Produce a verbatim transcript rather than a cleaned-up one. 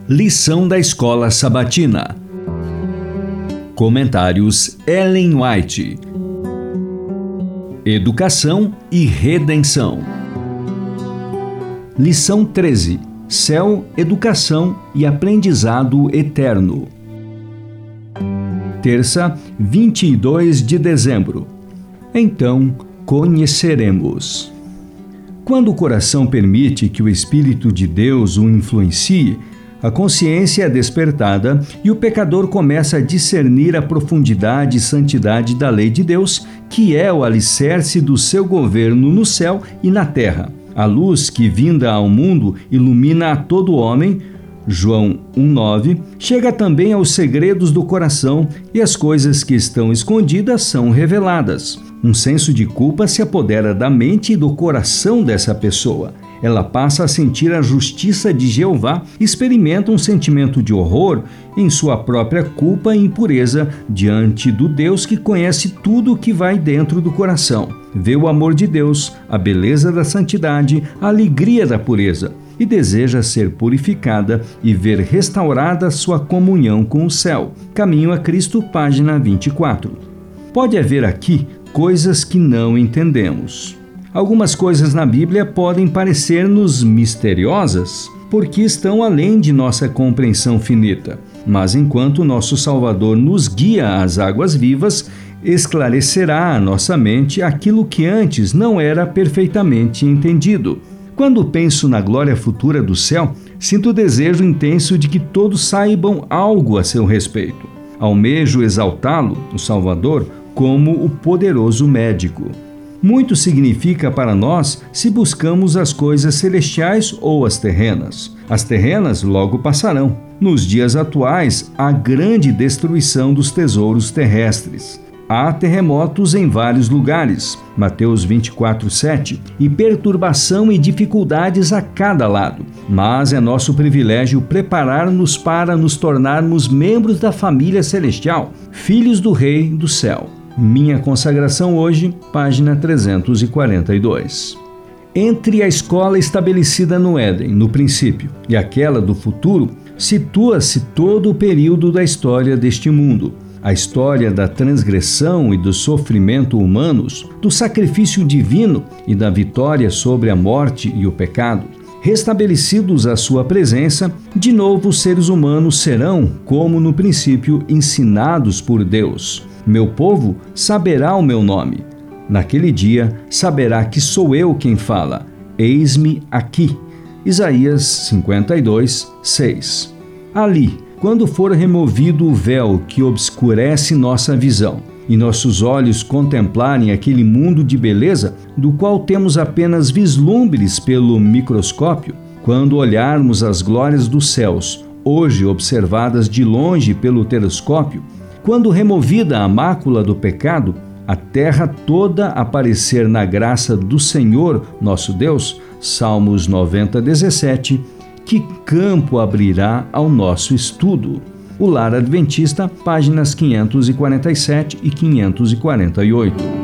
Lição da Escola Sabatina. Comentários Ellen White. Educação e Redenção. Lição treze. Céu, Educação e Aprendizado Eterno. Terça, vinte e dois de dezembro. Então conheceremos. Quando o coração permite que o Espírito de Deus o influencie, a consciência é despertada e o pecador começa a discernir a profundidade e santidade da lei de Deus, que é o alicerce do seu governo no céu e na terra. A luz que, vinda ao mundo, ilumina a todo homem, João um, nove, chega também aos segredos do coração e as coisas que estão escondidas são reveladas. Um senso de culpa se apodera da mente e do coração dessa pessoa. Ela passa a sentir a justiça de Jeová e experimenta um sentimento de horror em sua própria culpa e impureza diante do Deus que conhece tudo o que vai dentro do coração. Vê o amor de Deus, a beleza da santidade, a alegria da pureza e deseja ser purificada e ver restaurada sua comunhão com o céu. Caminho a Cristo, página vinte e quatro. Pode haver aqui coisas que não entendemos. Algumas coisas na Bíblia podem parecer-nos misteriosas, porque estão além de nossa compreensão finita. Mas enquanto nosso Salvador nos guia às águas vivas, esclarecerá à nossa mente aquilo que antes não era perfeitamente entendido. Quando penso na glória futura do céu, sinto o desejo intenso de que todos saibam algo a seu respeito. Almejo exaltá-lo, o Salvador, como o poderoso médico. Muito significa para nós se buscamos as coisas celestiais ou as terrenas. As terrenas logo passarão. Nos dias atuais, há grande destruição dos tesouros terrestres. Há terremotos em vários lugares, Mateus vinte e quatro, sete, e perturbação e dificuldades a cada lado. Mas é nosso privilégio preparar-nos para nos tornarmos membros da família celestial, filhos do Rei do céu. Minha consagração hoje, página trezentos e quarenta e dois. Entre a escola estabelecida no Éden, no princípio, e aquela do futuro, situa-se todo o período da história deste mundo. A história da transgressão e do sofrimento humanos, do sacrifício divino e da vitória sobre a morte e o pecado. Restabelecidos à sua presença, de novo os seres humanos serão, como no princípio, ensinados por Deus. Meu povo saberá o meu nome. Naquele dia saberá que sou eu quem fala. Eis-me aqui. Isaías cinquenta e dois, seis. Ali, quando for removido o véu que obscurece nossa visão e nossos olhos contemplarem aquele mundo de beleza do qual temos apenas vislumbres pelo microscópio, quando olharmos as glórias dos céus, hoje observadas de longe pelo telescópio, quando removida a mácula do pecado, a terra toda aparecer na graça do Senhor, nosso Deus, Salmos noventa, dezessete, que campo abrirá ao nosso estudo? O Lar Adventista, páginas quinhentos e quarenta e sete e quinhentos e quarenta e oito.